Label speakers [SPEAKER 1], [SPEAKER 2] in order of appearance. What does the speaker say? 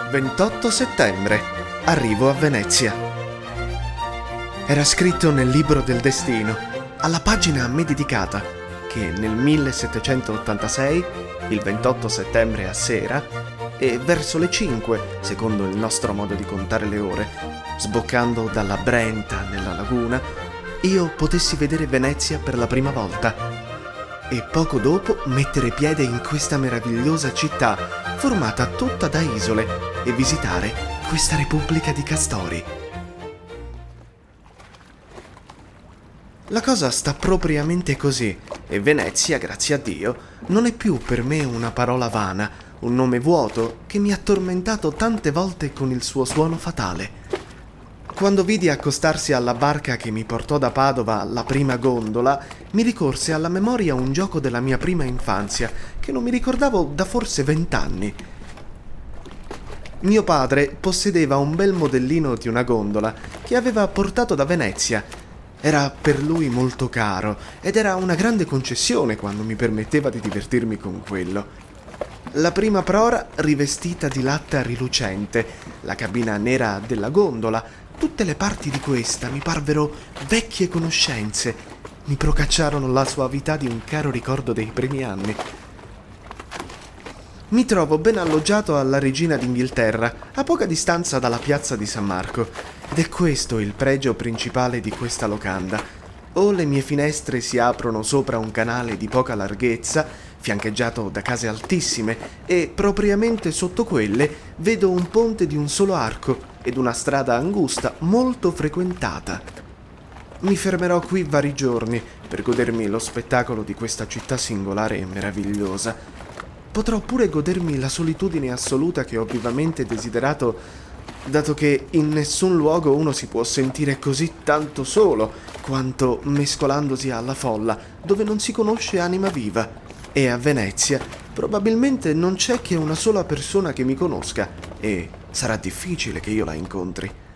[SPEAKER 1] 28 settembre. Arrivo a Venezia. Era scritto nel libro del destino, alla pagina a me dedicata, che nel 1786, il 28 settembre a sera, e verso le 5, secondo il nostro modo di contare le ore, sboccando dalla Brenta nella laguna, io potessi vedere Venezia per la prima volta e poco dopo mettere piede in questa meravigliosa città formata tutta da isole e visitare questa Repubblica di Castori. La cosa sta propriamente così e Venezia, grazie a Dio, non è più per me una parola vana, un nome vuoto che mi ha tormentato tante volte con il suo suono fatale. Quando vidi accostarsi alla barca che mi portò da Padova la prima gondola, mi ricorse alla memoria un gioco della mia prima infanzia che non mi ricordavo da forse 20 anni. Mio padre possedeva un bel modellino di una gondola che aveva portato da Venezia. Era per lui molto caro ed era una grande concessione quando mi permetteva di divertirmi con quello. La prima prora rivestita di latta rilucente, la cabina nera della gondola, tutte le parti di questa mi parvero vecchie conoscenze, mi procacciarono la soavità di un caro ricordo dei primi anni. Mi trovo ben alloggiato alla Regina d'Inghilterra, a poca distanza dalla piazza di San Marco, ed è questo il pregio principale di questa locanda. O le mie finestre si aprono sopra un canale di poca larghezza, fiancheggiato da case altissime, e propriamente sotto quelle vedo un ponte di un solo arco ed una strada angusta molto frequentata. Mi fermerò qui vari giorni per godermi lo spettacolo di questa città singolare e meravigliosa. Potrò pure godermi la solitudine assoluta che ho vivamente desiderato, dato che in nessun luogo uno si può sentire così tanto solo quanto mescolandosi alla folla, dove non si conosce anima viva. E a Venezia probabilmente non c'è che una sola persona che mi conosca, e sarà difficile che io la incontri.